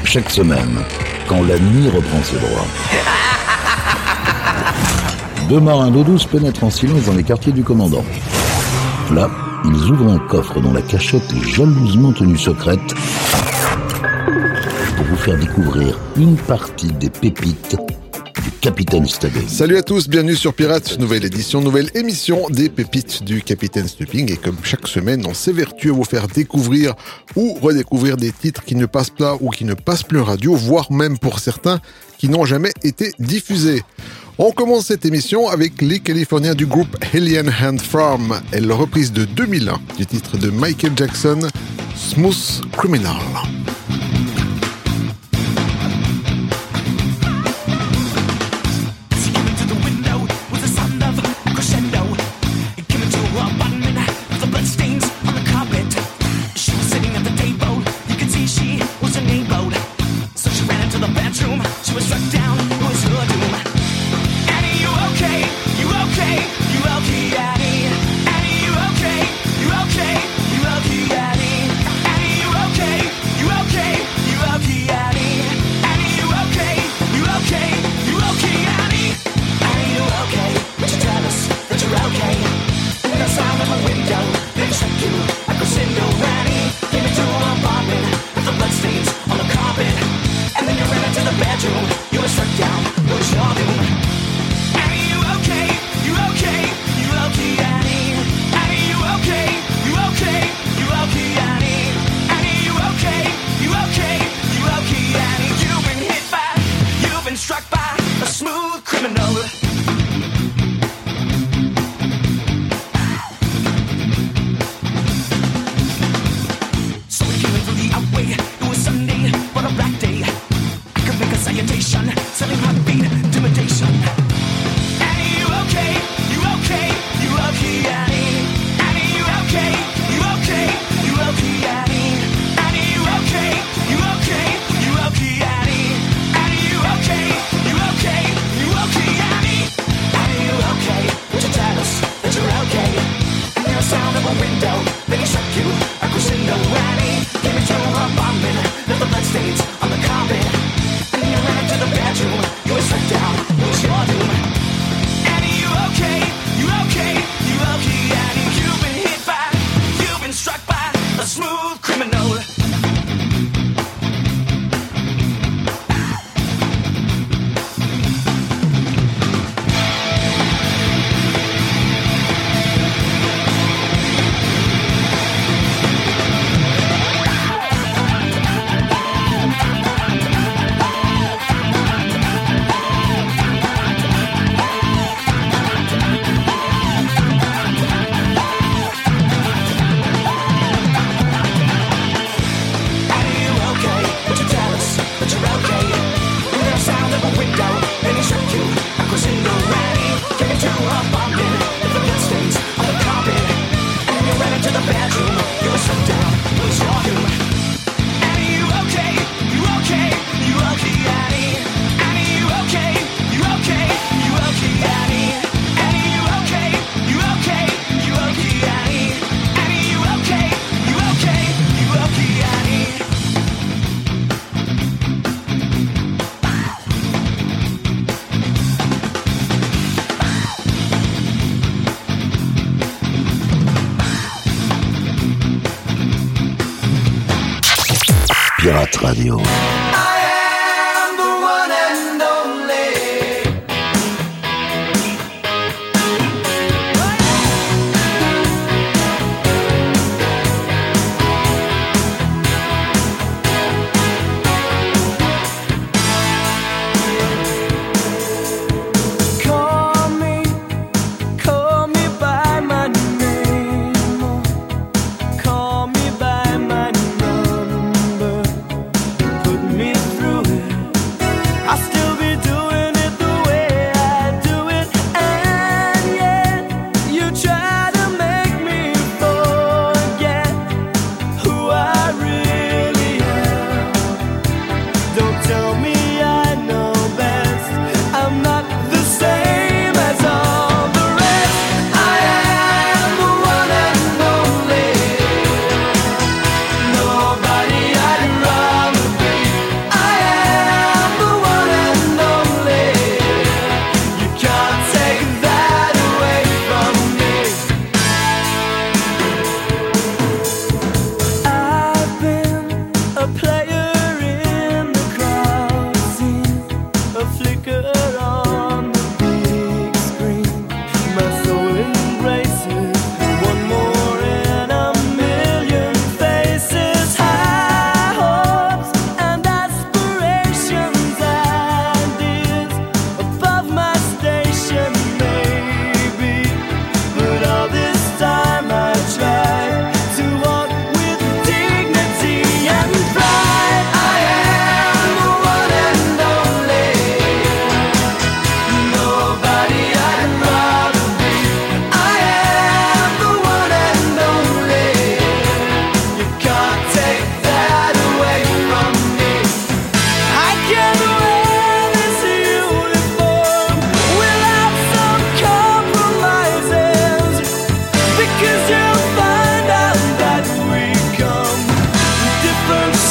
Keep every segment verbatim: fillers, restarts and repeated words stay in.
Chaque semaine, quand la nuit reprend ses droits. Deux marins d'eau douce pénètrent en silence dans les quartiers du commandant. Là, ils ouvrent un coffre dont la cachette est jalousement tenue secrète pour vous faire découvrir une partie des pépites du Capitaine Stubbing. Salut à tous, bienvenue sur Pirates, nouvelle édition, nouvelle émission des pépites du Capitaine Stubbing. Et comme chaque semaine, on s'évertue à vous faire découvrir ou redécouvrir des titres qui ne passent pas ou qui ne passent plus en radio, voire même pour certains qui n'ont jamais été diffusés. On commence cette émission avec les Californiens du groupe Alien Ant Farm et la reprise de deux mille un du titre de Michael Jackson, Smooth Criminal. Pirate Radio. Me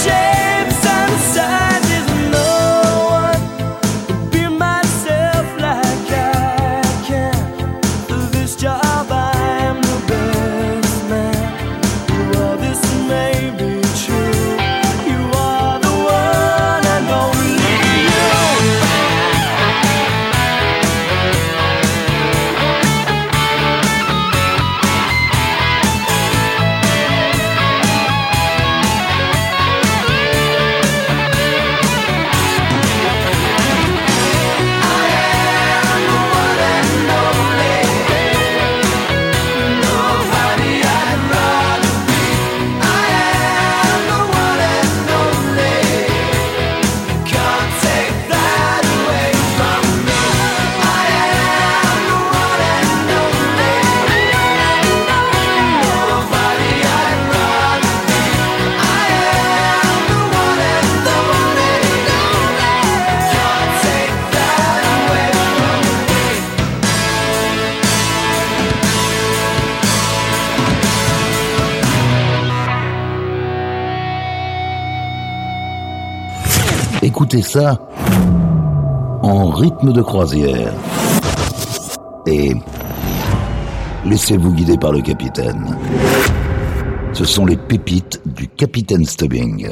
Écoutez ça en rythme de croisière. Et laissez-vous guider par le capitaine. Ce sont les pépites du Capitaine Stubbing.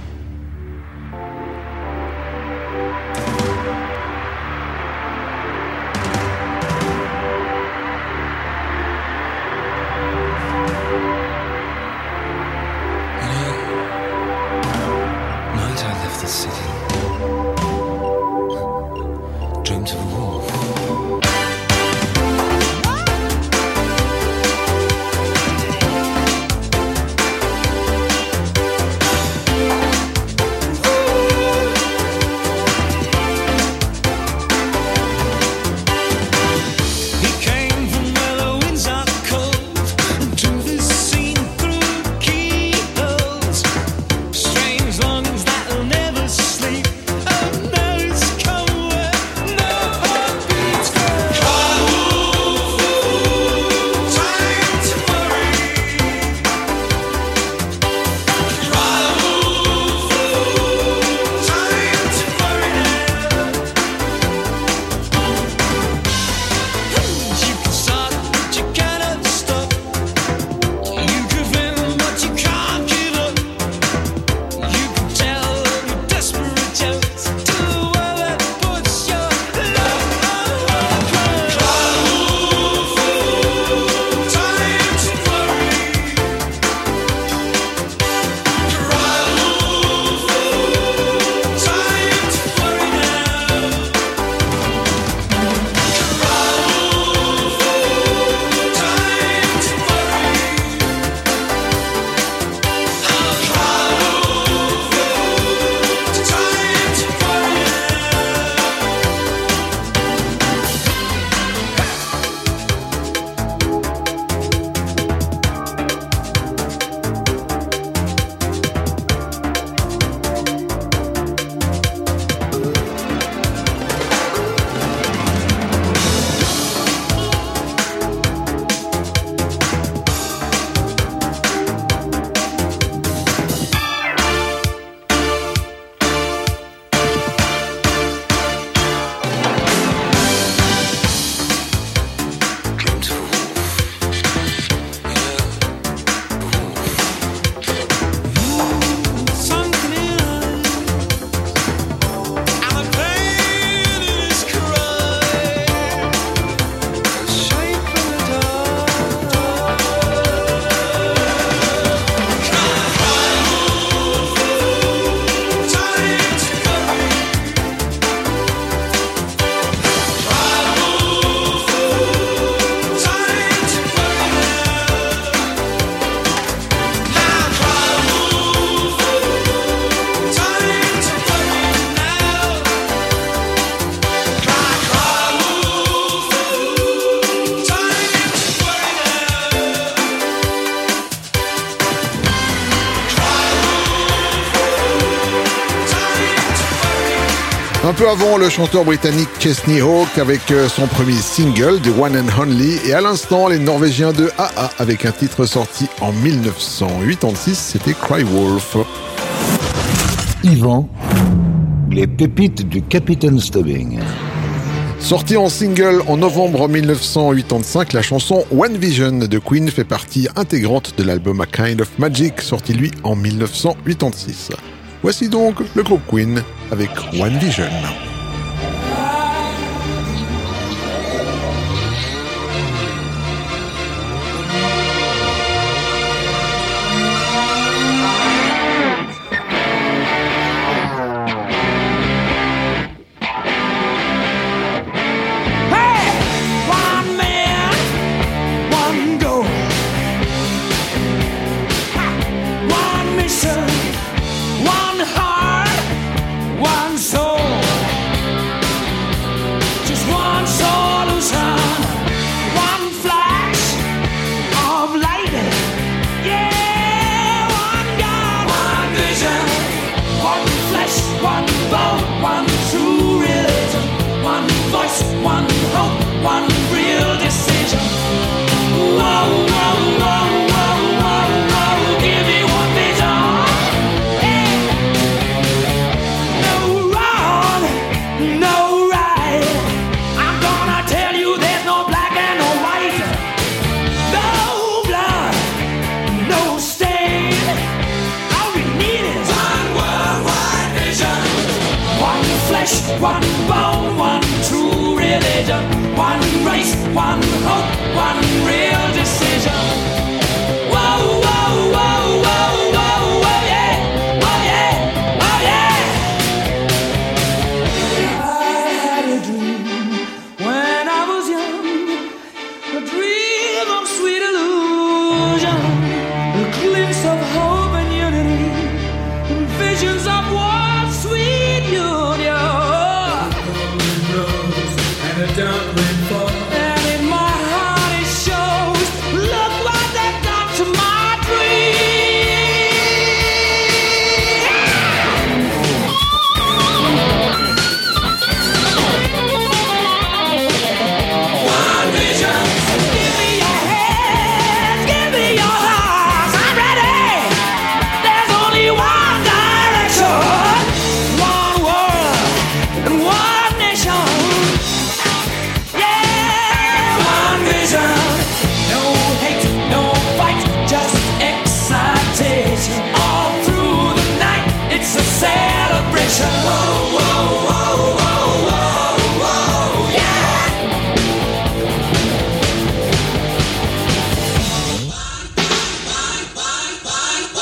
Un peu avant, le chanteur britannique Chesney Hawk avec son premier single, The One and Only, et à l'instant, les Norvégiens de A A avec un titre sorti en mille neuf cent quatre-vingt-six, c'était Cry Wolf. Yvan, les pépites du Capitaine Stubbing. Sortie en single en novembre mille neuf cent quatre-vingt-cinq, la chanson One Vision de Queen fait partie intégrante de l'album A Kind of Magic, sorti lui en mille neuf cent quatre-vingt-six. Voici donc le groupe Queen avec One Vision. One bone, one true religion, one race, one hope, one real decision. Whoa, whoa, whoa, whoa, whoa, whoa, yeah, oh yeah, oh yeah. I had a dream when I was young, a dream of sweet illusion, a glimpse of hope and unity, and visions of one sweet union. Don't wait for and in my heart it shows. Look what they've done to my dream. One vision. Give me your hands, give me your hearts. I'm ready. There's only one direction, one world, and one nation. No hate, no fight, just excitation. All through the night, it's a celebration. Whoa, whoa, whoa, whoa, whoa, whoa, yeah. One, one, one, one,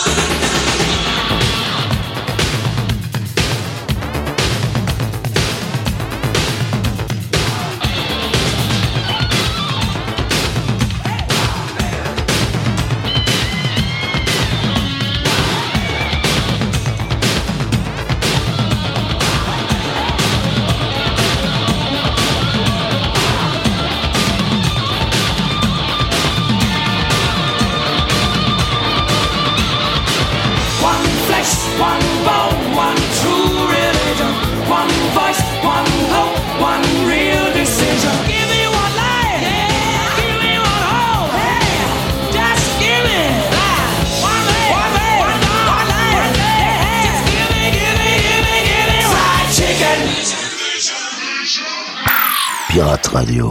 one bone, one true religion, one voice, one hope, one real decision. Give me one life, yeah. Give me one hope, hey. Just give me that. One life, one life, one, one life, one life. Yeah. Just give me, give me, give me, give me fried chicken. Pirate Radio.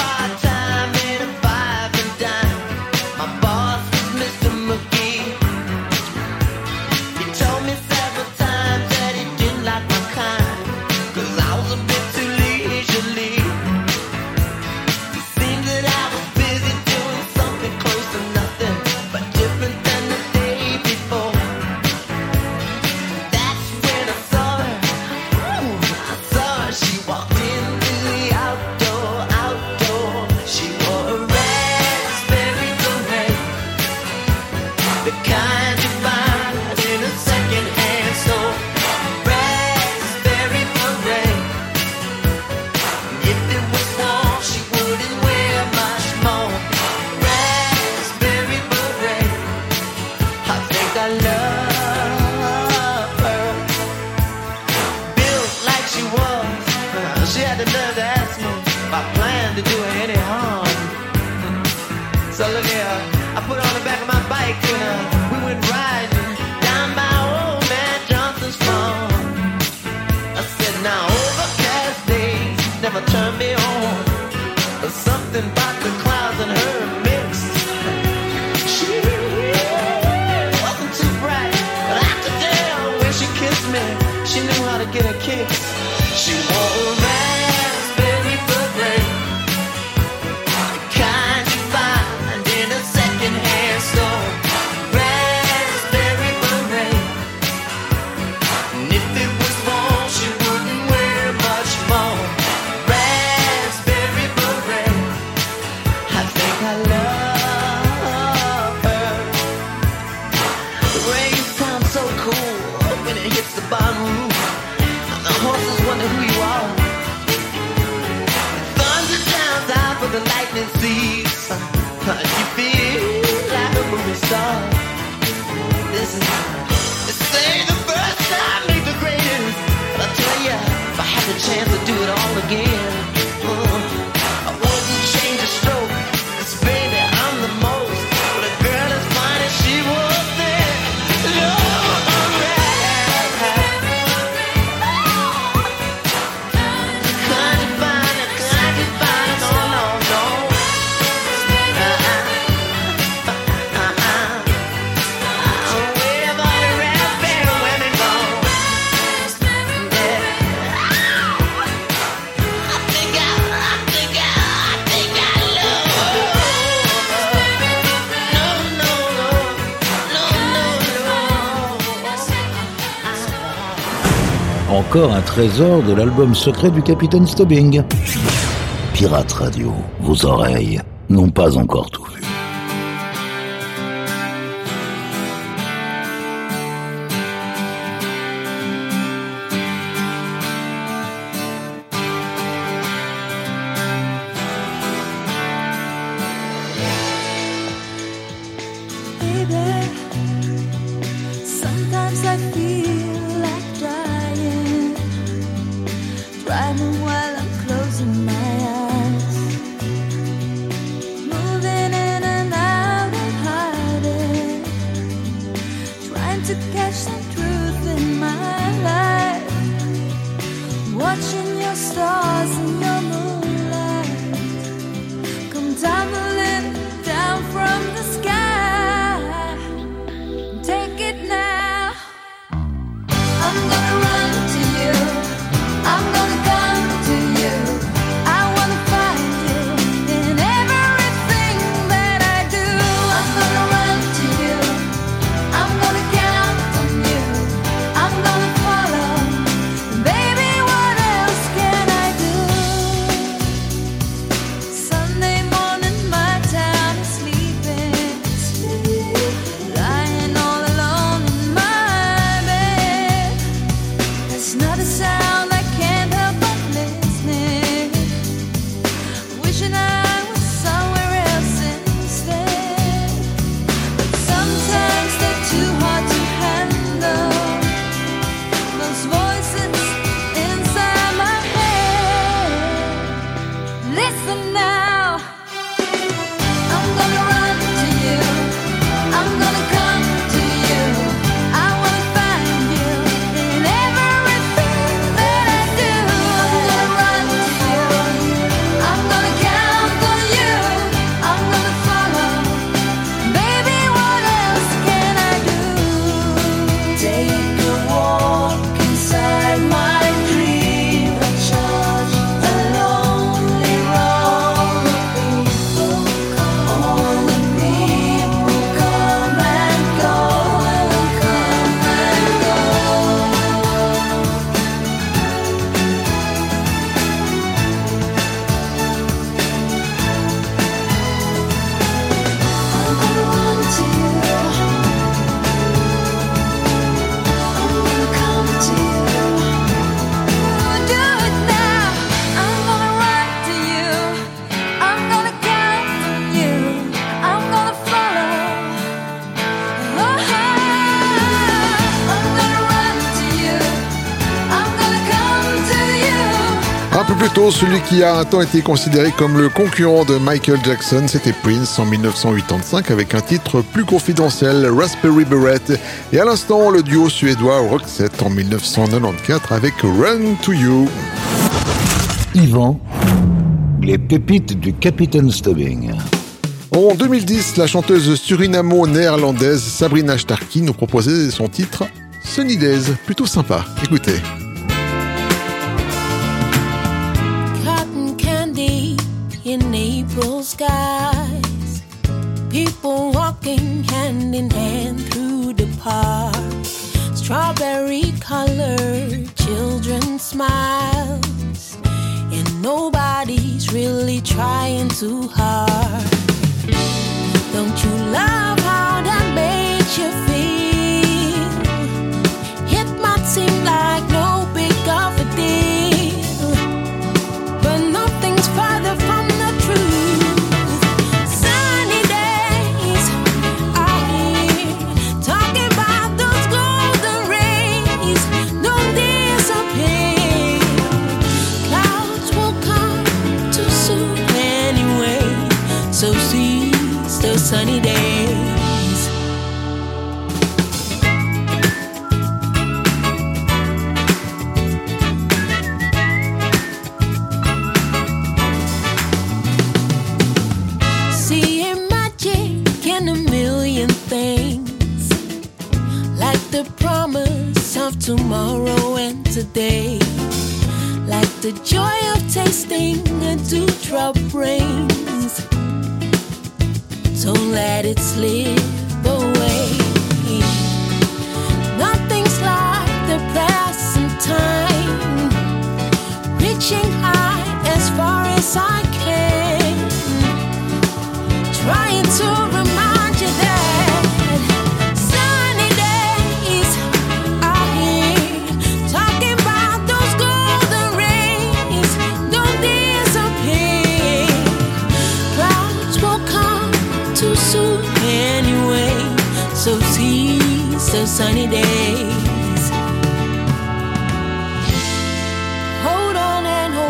My boss was Mister McGee. to do her any harm. So look here, I put her on the back of my bike and uh, we went riding down by old man Johnson's farm. I said, now overcast days never turn me on. There's something about the clouds and her mixed. She wasn't too bright, but I could tell when she kissed me, she knew how to get her kicks. She wore a raspberry beret, the kind you find in a second-hand store. Raspberry beret, and if it was worn, she wouldn't wear much more. Raspberry beret, I think I love her. The rain sounds so cool when it hits the bottom roof. The horses wonder who you are. Thunder sounds out for the lightning seeds. You feel like a movie star. This is, they say the first time make the greatest. But I tell ya, if I had the chance to do it all again, uh, I wouldn't change a stroke. 'Cause baby, I'm the most. But a girl as fine as she was then, Lord, Encore un trésor de l'album secret du Capitaine Stubbing. Pirate Radio, vos oreilles n'ont pas encore tout vu. Sometimes I feel like dying, driving while I'm closing my eyes, moving in and out of hiding, trying to catch some truth in my life, watching your stars in your moonlight come tumbling down from the sky. Take it now. I'm gonna run to you. I'm gonna come to you. I wanna find you in everything that I do. I'm gonna run to you. I'm gonna count on you. I'm gonna follow. Baby, what else can I do? Sunday morning, my town is sleeping, lying all alone in my bed. There's not a sound I can't help but listening, wishing I was somewhere else instead. But sometimes they're too hard to handle, those voices inside my head. Listen now. I'm gonna run to you. I'm gonna come to you. I wanna find you in everything that I do. I'm gonna run to you. I'm gonna count on you. I'm gonna follow. Baby, what else can I do? Take a walk inside my dream. A lonely road. plus tôt, celui qui a un temps été considéré comme le concurrent de Michael Jackson, c'était Prince en dix-neuf cent quatre-vingt-quinze avec un titre plus confidentiel, Raspberry Beret. Et à l'instant, le duo suédois Roxette en dix-neuf cent quatre-vingt-quatorze avec Run to You. Yvan, les pépites du Capitaine Stubbing. En deux mille dix, la chanteuse surinamo-néerlandaise Sabrina Starkey nous proposait son titre Sunny Days, plutôt sympa. Écoutez. Cotton candy in April skies, people walking hand in hand through the park, strawberry colored children smiles, and nobody's really trying too hard. Don't you love how that makes you feel? It might seem like no big of a deal, but nothing's further from the truth. Sunny days are here, talking about those golden rays. Don't disappear. Clouds will come too soon anyway, so see those sunny days. Seeing magic in a million things, like the promise of tomorrow and today, like the joy of tasting a dewdrop brings. Don't let it slip away. Nothing's like the present time, reaching high as far as I can, trying to remind you that sunny days are here, talking about those golden rays. Don't disappear. Clouds will come too soon anyway, so seize those sunny days. Hold on and hold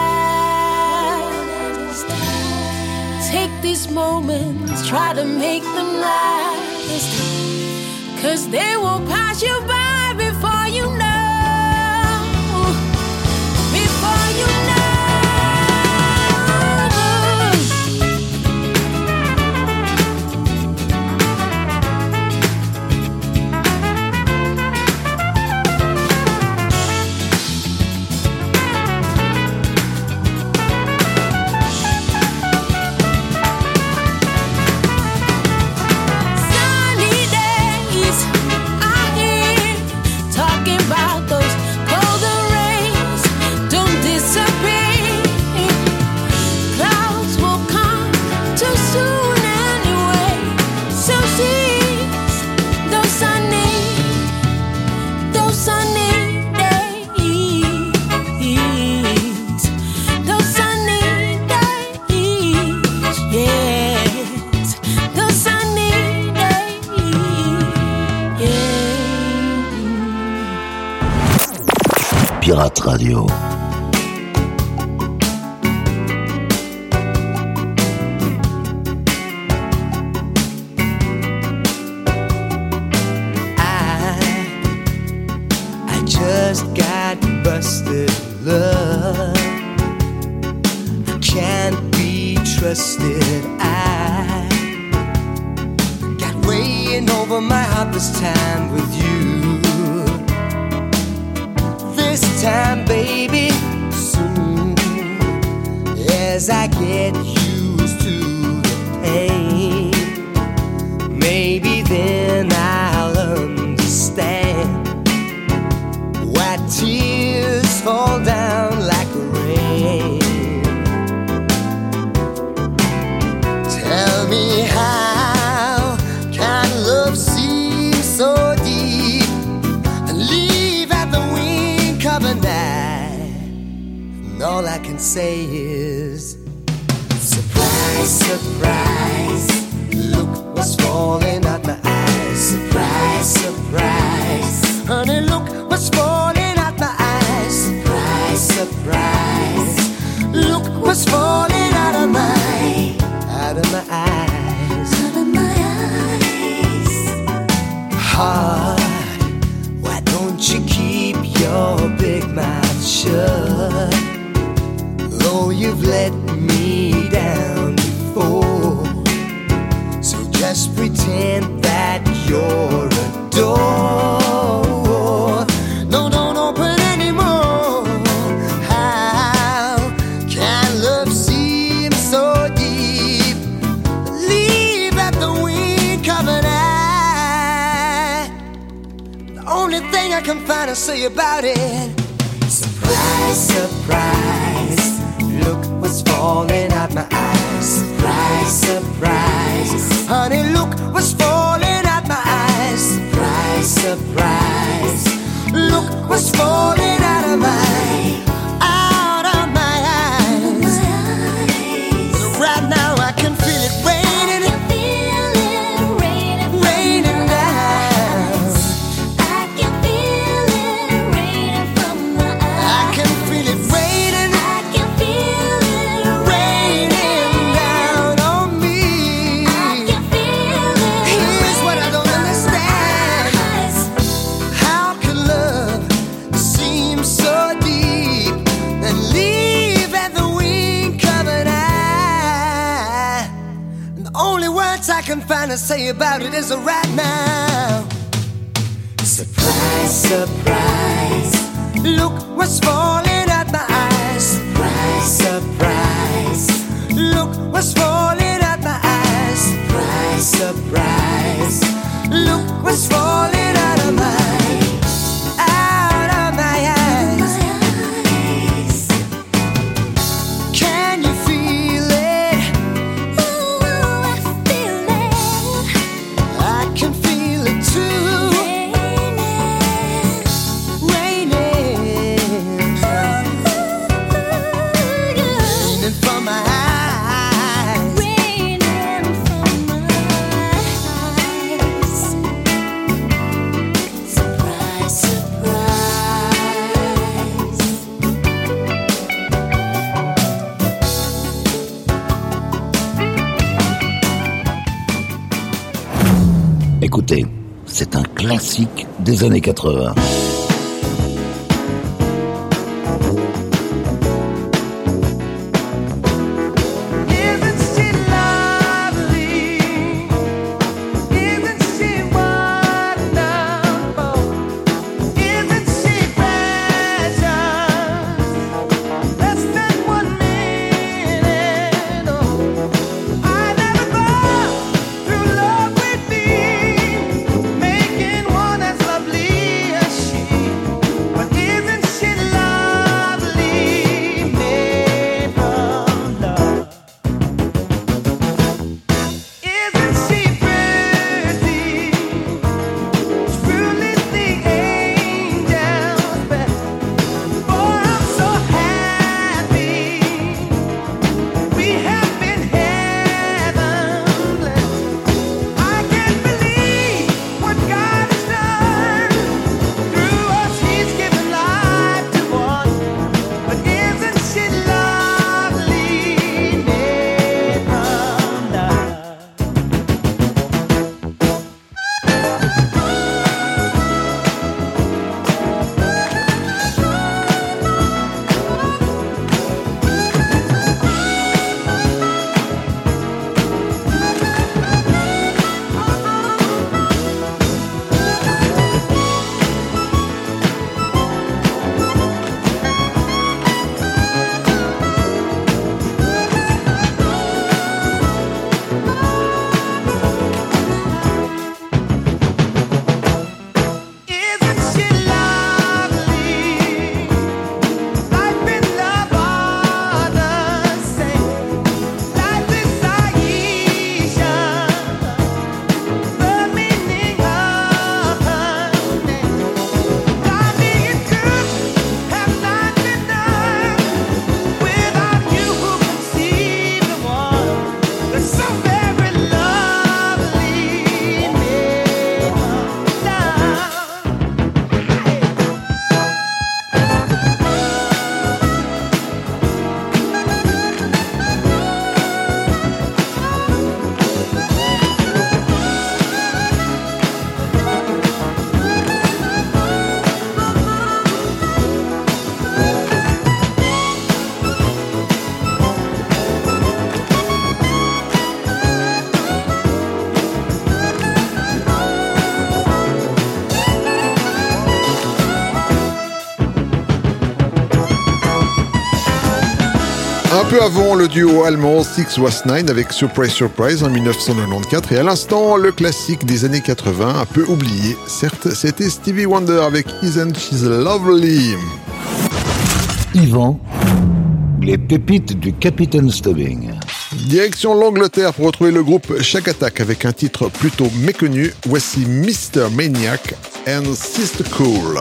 fast. Take these moments, try to make them last, 'cause they will pass you by before you know, before you know. Pirate Radio. I just got busted, love. I can't be trusted. I got weighing over my heart this time with you. This time, baby, soon as I get used to the pain, maybe then I'll understand why tears fall down like rain. Tell me, how can love seem so deep and leave at the wink of a night? And all I can say is surprise, surprise. Look what's falling out my eyes. Surprise, surprise. Honey, look what's falling out my eyes. Surprise, surprise. I can find to say about it. Surprise, surprise, look what's falling out my eyes. Surprise, surprise, honey, look what's falling out my eyes. Surprise, surprise, look what's falling out of my, out of my eyes. Right now I can feel it raining, raining down. I can feel it raining from my eyes. I can feel it raining, I can feel it raining down on me. I can feel it. Here's what I don't understand. How can love seem so deep and leave at the wink of an eye? And the only words I can find to say about it is a right now. Surprise, surprise, look what's falling out my eyes. Surprise, surprise, look what's falling out my eyes. Surprise, surprise, look what's falling out of my, out of my eyes. Can you feel it? Ooh, I feel it. I can feel it too. Raining, raining from my eyes. Raining from my eyes. Surprise, surprise. Écoutez, c'est un classique des années quatre-vingts. Isn't she lovely? Isn't she wonderful? Isn't she precious? Less than one minute. Oh, I never thought through love with me, making one as lovely as she. peu avant, le duo allemand Six Was Nine avec Surprise Surprise en dix-neuf cent quatre-vingt-quatorze. Et à l'instant, le classique des années quatre-vingts, un peu oublié. Certes, c'était Stevie Wonder avec Isn't She Lovely. Yvan, les pépites du Capitaine Stubbing. Direction l'Angleterre pour retrouver le groupe Shack Attack avec un titre plutôt méconnu. Voici mister Maniac and Sister Cool.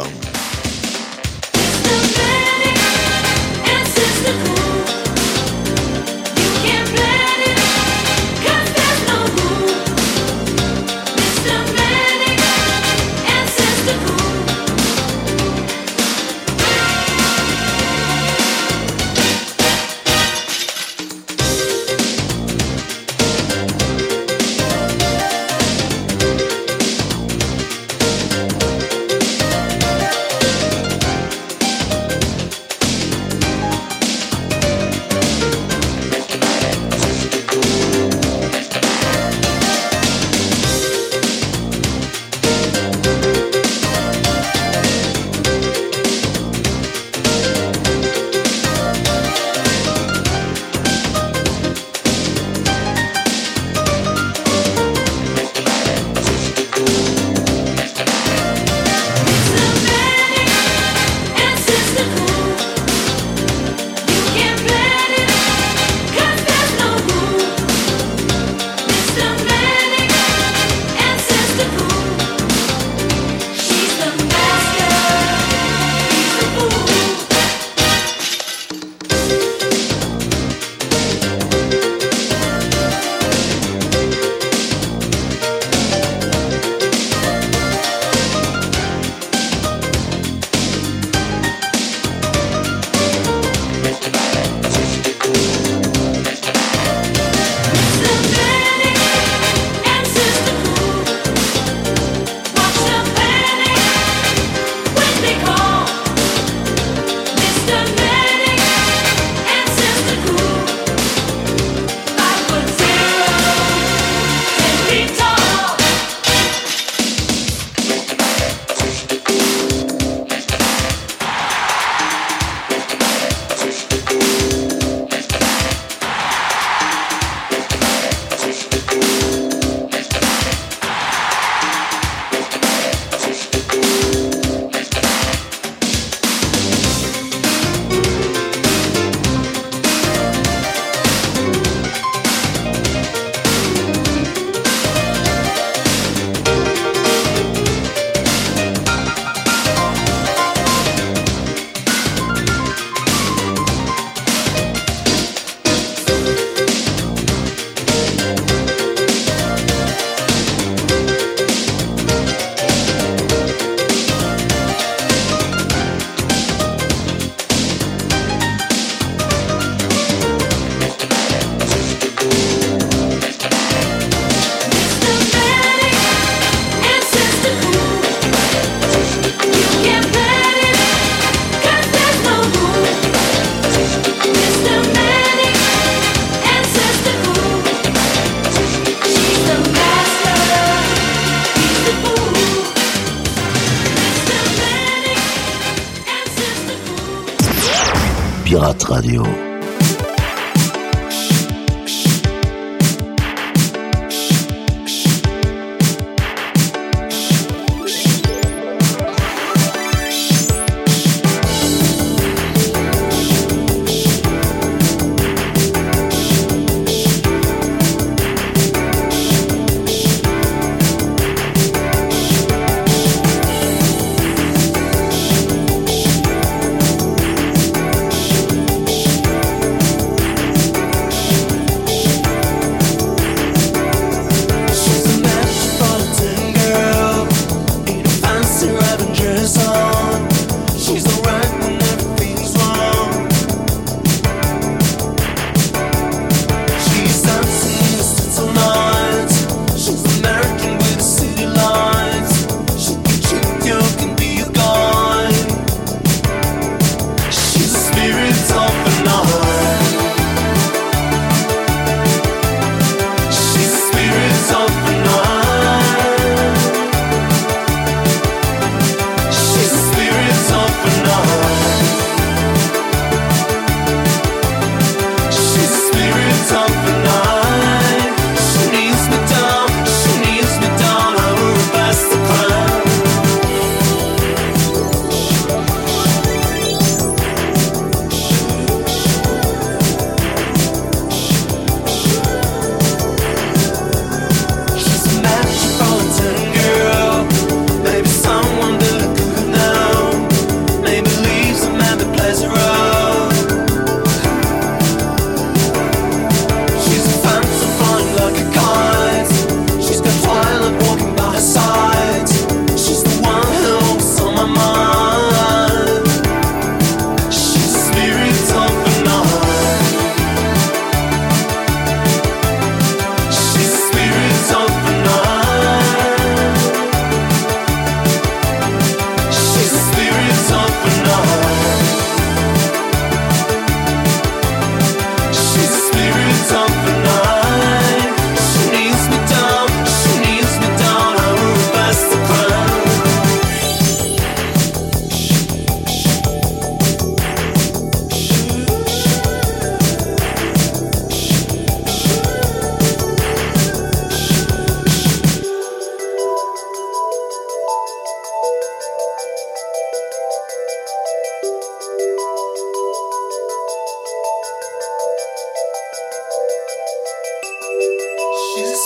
Pirate Radio.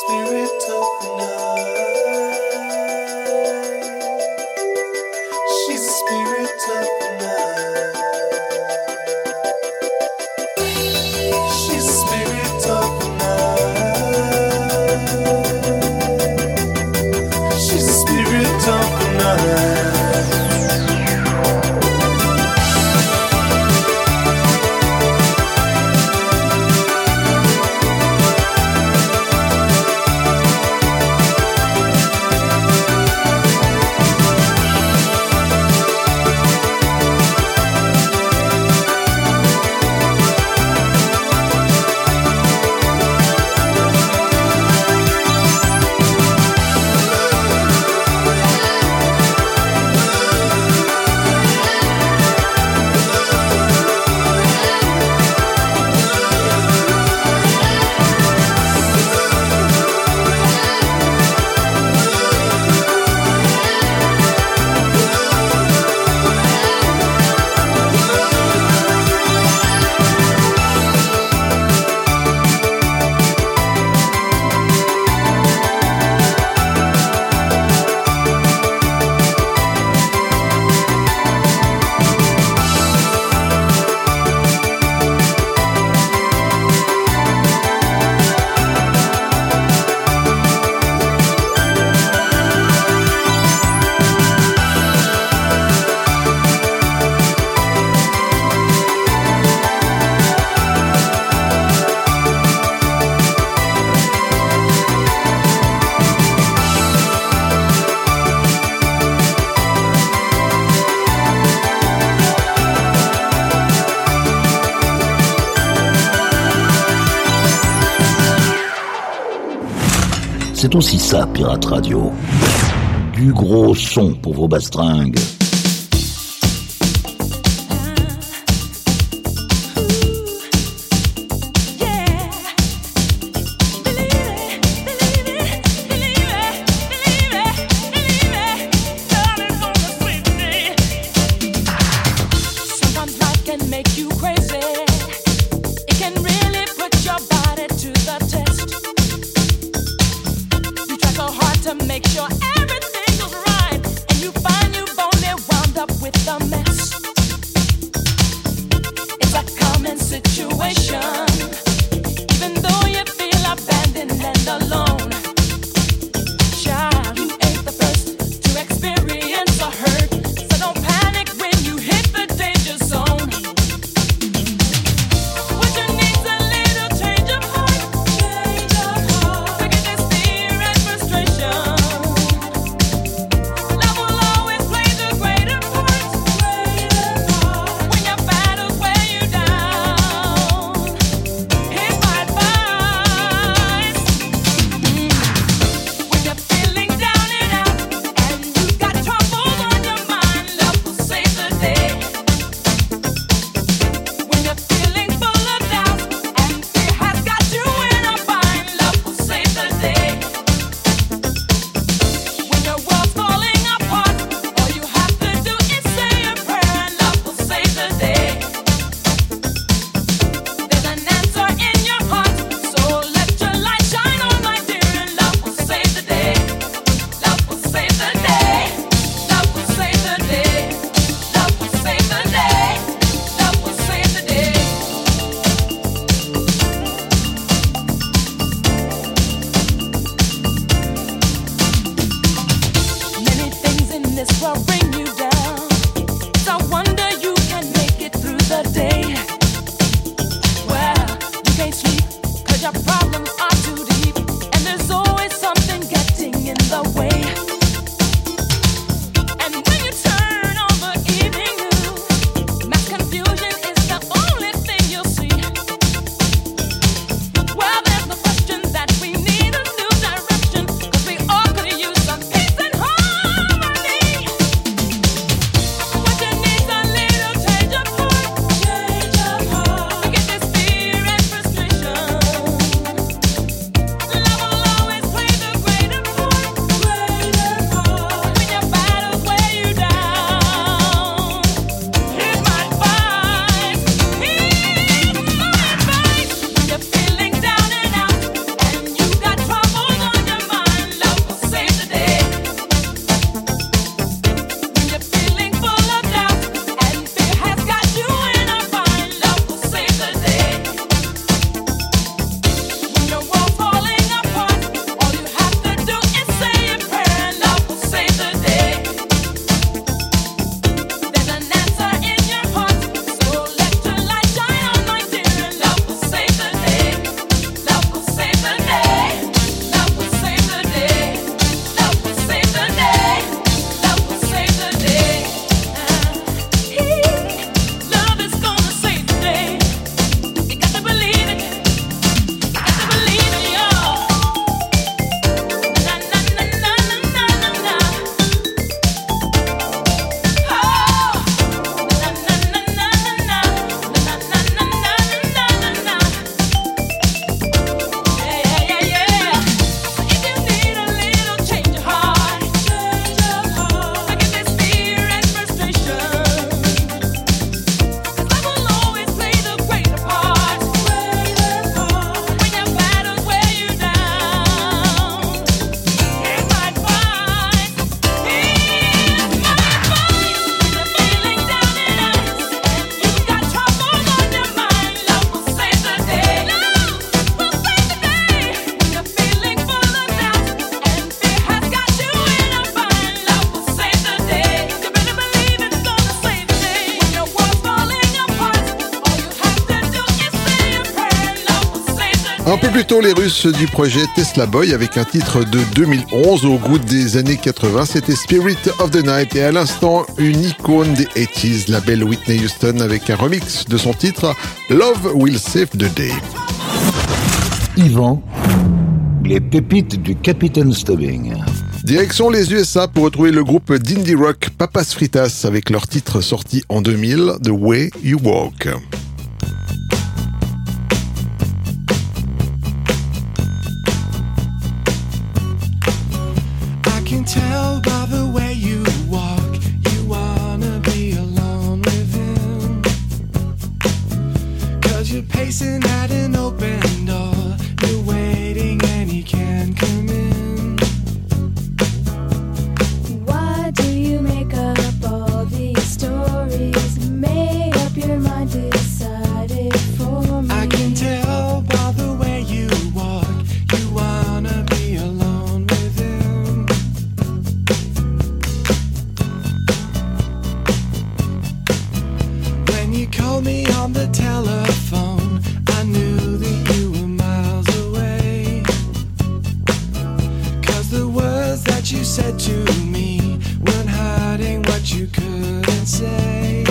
spirit of the night. She's the spirit of the night. She's the spirit of the night. She's the spirit of the night. C'est aussi ça, Pirate Radio. Du gros son pour vos bastringues. Make sure everything goes right, and you find you've only wound up with a mess. It's a common situation, even though you feel abandoned and alone. Child, you ain't the first to experience a hurt, so don't panic when you hit the danger zone. What you need's a little change of heart, change of heart. Forget this fear and frustration. Love will always play the greater part, Un peu plus tôt, les Russes du projet Tesla Boy avec un titre de deux mille onze au goût des années quatre-vingts. C'était Spirit of the Night et à l'instant, une icône des eighties, la belle Whitney Houston avec un remix de son titre Love Will Save the Day. Yvan, les pépites du Capitaine Stubbing. Direction les U S A pour retrouver le groupe d'indie rock Papas Fritas avec leur titre sorti en deux mille, The Way You Walk. I can tell by the way you walk, you wanna be alone with him. Cause you're pacing at an open door, you're waiting and he can't come in. Why do you make up all these stories? Made up your mind, decided for me. I can tell by the way you walk, you wanna be alone with him. When you called me on the telephone, I knew that you were miles away. Cause the words that you said to me weren't hiding what you couldn't say.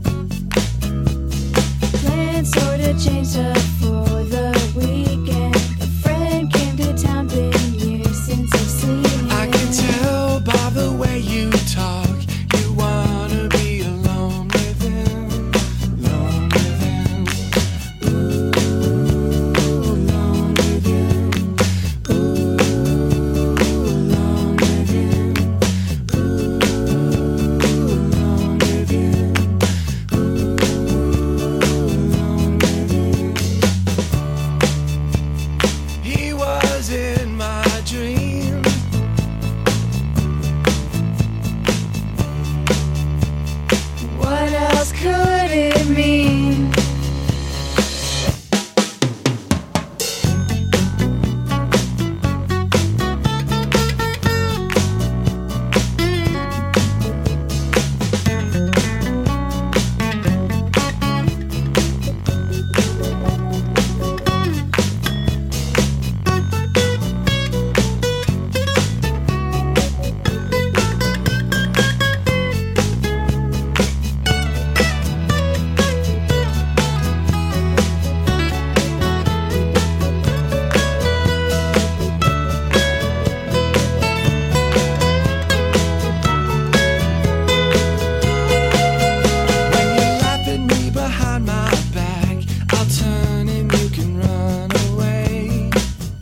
Plans sorta changed up for the weekend. A friend came to town, been years since I've seen him. I can tell by the way you talk, you wanna be alone with him, alone with him. Ooh, alone with him. Ooh, alone with him. Ooh, alone with him. Ooh, alone with him. He was in my dream. What else could it mean? When you laugh at me behind my back, I'll turn and you can run away.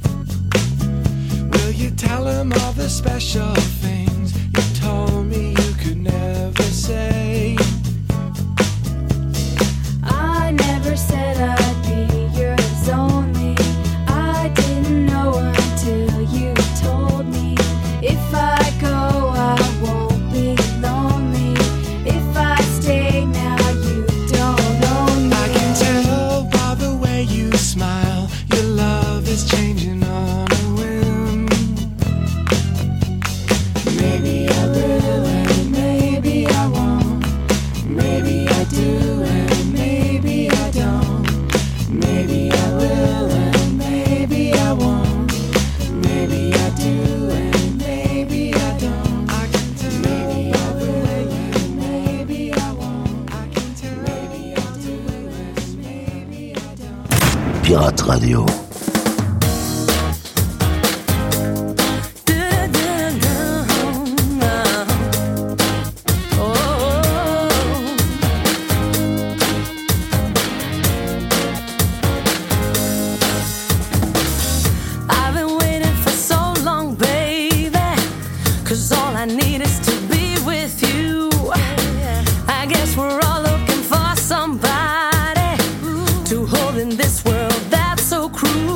Will you tell him all the special things you told me you could never say? I never said I'd be yours only. I didn't know until you told me. If I go, I won't be lonely. If I stay now, you don't own me. I can tell by the way you smile, your love is changing on a whim. Maybe I will and maybe I won't. Maybe I do and maybe I don't. Maybe I will and maybe I won't. Maybe I do and maybe I don't. I can tell. Maybe I will and maybe I won't. I can tell. Maybe I do and maybe I don't. Pirate Radio. I've been waiting for so long, baby, 'cause all I need is to be with you. I guess we're all looking for somebody to hold in this world that's so cruel.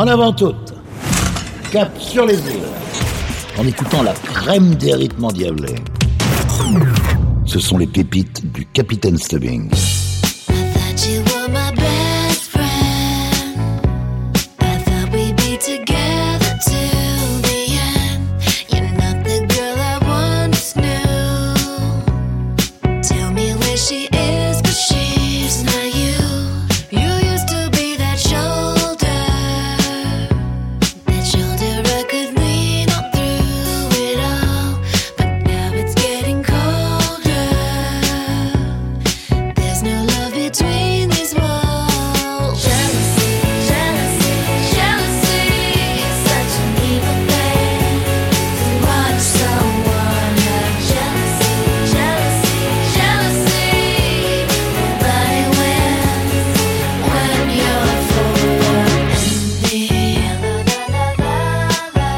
En avant toutes. Cap sur les îles. En écoutant la crème des rythmes endiablés. Ce sont les pépites du Capitaine Stubbing. Thought you were my best friend. I thought we'd be together till the end. You're not the girl I once knew. Tell me where she is, 'cause she's not you. You used to be that shoulder, that shoulder I could lean on through it all. But now it's getting colder. There's no love between these walls. Jealousy, jealousy, jealousy is such an evil thing. To watch someone have jealousy, jealousy, jealousy. Nobody wins when you're full of envy. La la la la la.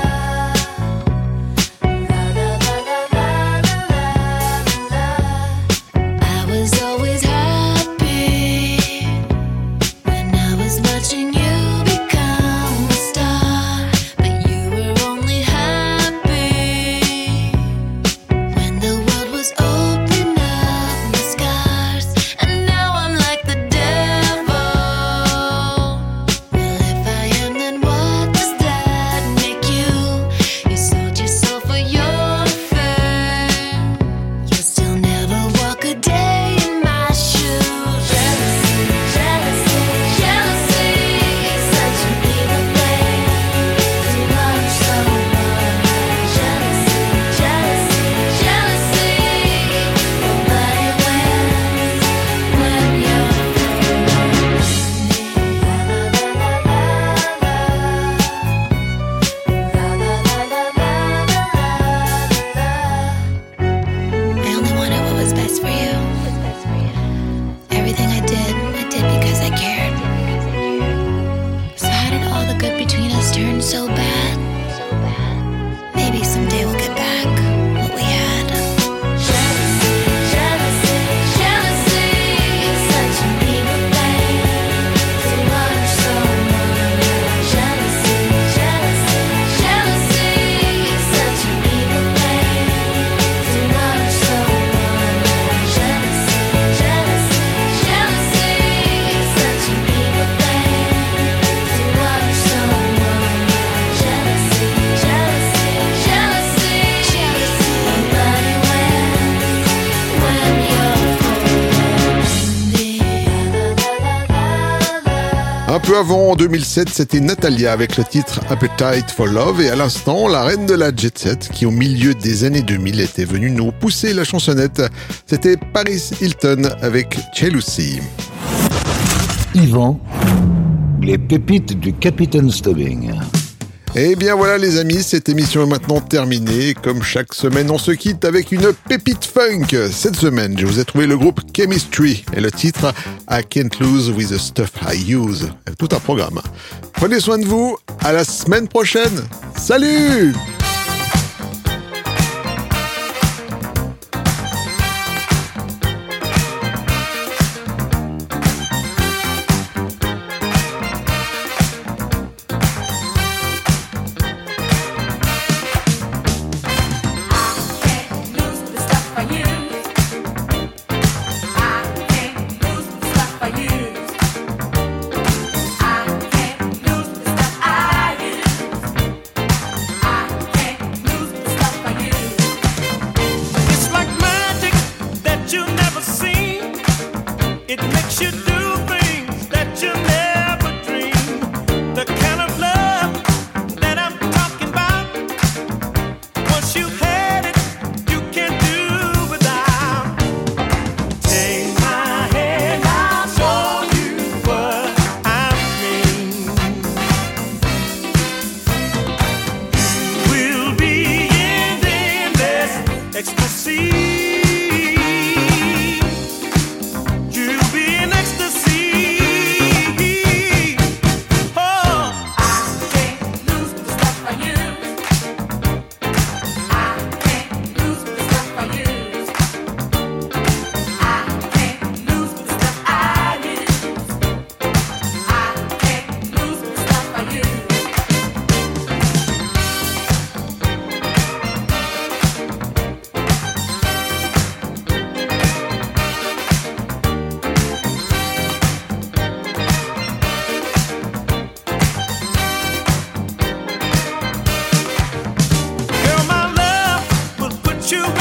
La la la la la la. I was always happy when I was watching you become a star, but you were only happy when the world was open up my scars. And now I'm like the devil. Well, if I am, then what does that make you? You sold your soul for your fame. You'll still never walk a day in my shoes. Jealousy, jealousy, jealousy is such an evil thing. To watch someone have jealousy, jealousy, jealousy. Nobody wins when you're full of envy. La la la la la la. La la la la la la la. I only wanted what was best for you. Everything I did, I did because I cared. So how did all the good between us turn so bad? Maybe someday we'll get back what we had. Jealousy, jealousy, jealousy is such an evil thing. To watch someone have jealousy, jealousy, jealousy is such an evil thing. To watch someone have jealousy, jealousy, jealousy is such an evil thing. To watch someone have jealousy, jealousy, jealousy, jealousy. Nobody wins when you're full of envy. La la la la la. Un peu avant, en deux mille sept, c'était Natalia avec le titre Appetite for Love, et à l'instant, la reine de la jet set qui au milieu des années deux mille était venue nous pousser la chansonnette. C'était Paris Hilton avec Jealousy. Yvan, les pépites du Capitaine Stubbing. Et bien voilà les amis, cette émission est maintenant terminée. Comme chaque semaine, on se quitte avec une pépite funk. Cette semaine, je vous ai trouvé le groupe Chemistry et le titre I Can't Lose With The Stuff I Use. Tout un programme. Prenez soin de vous, à la semaine prochaine. Salut! I you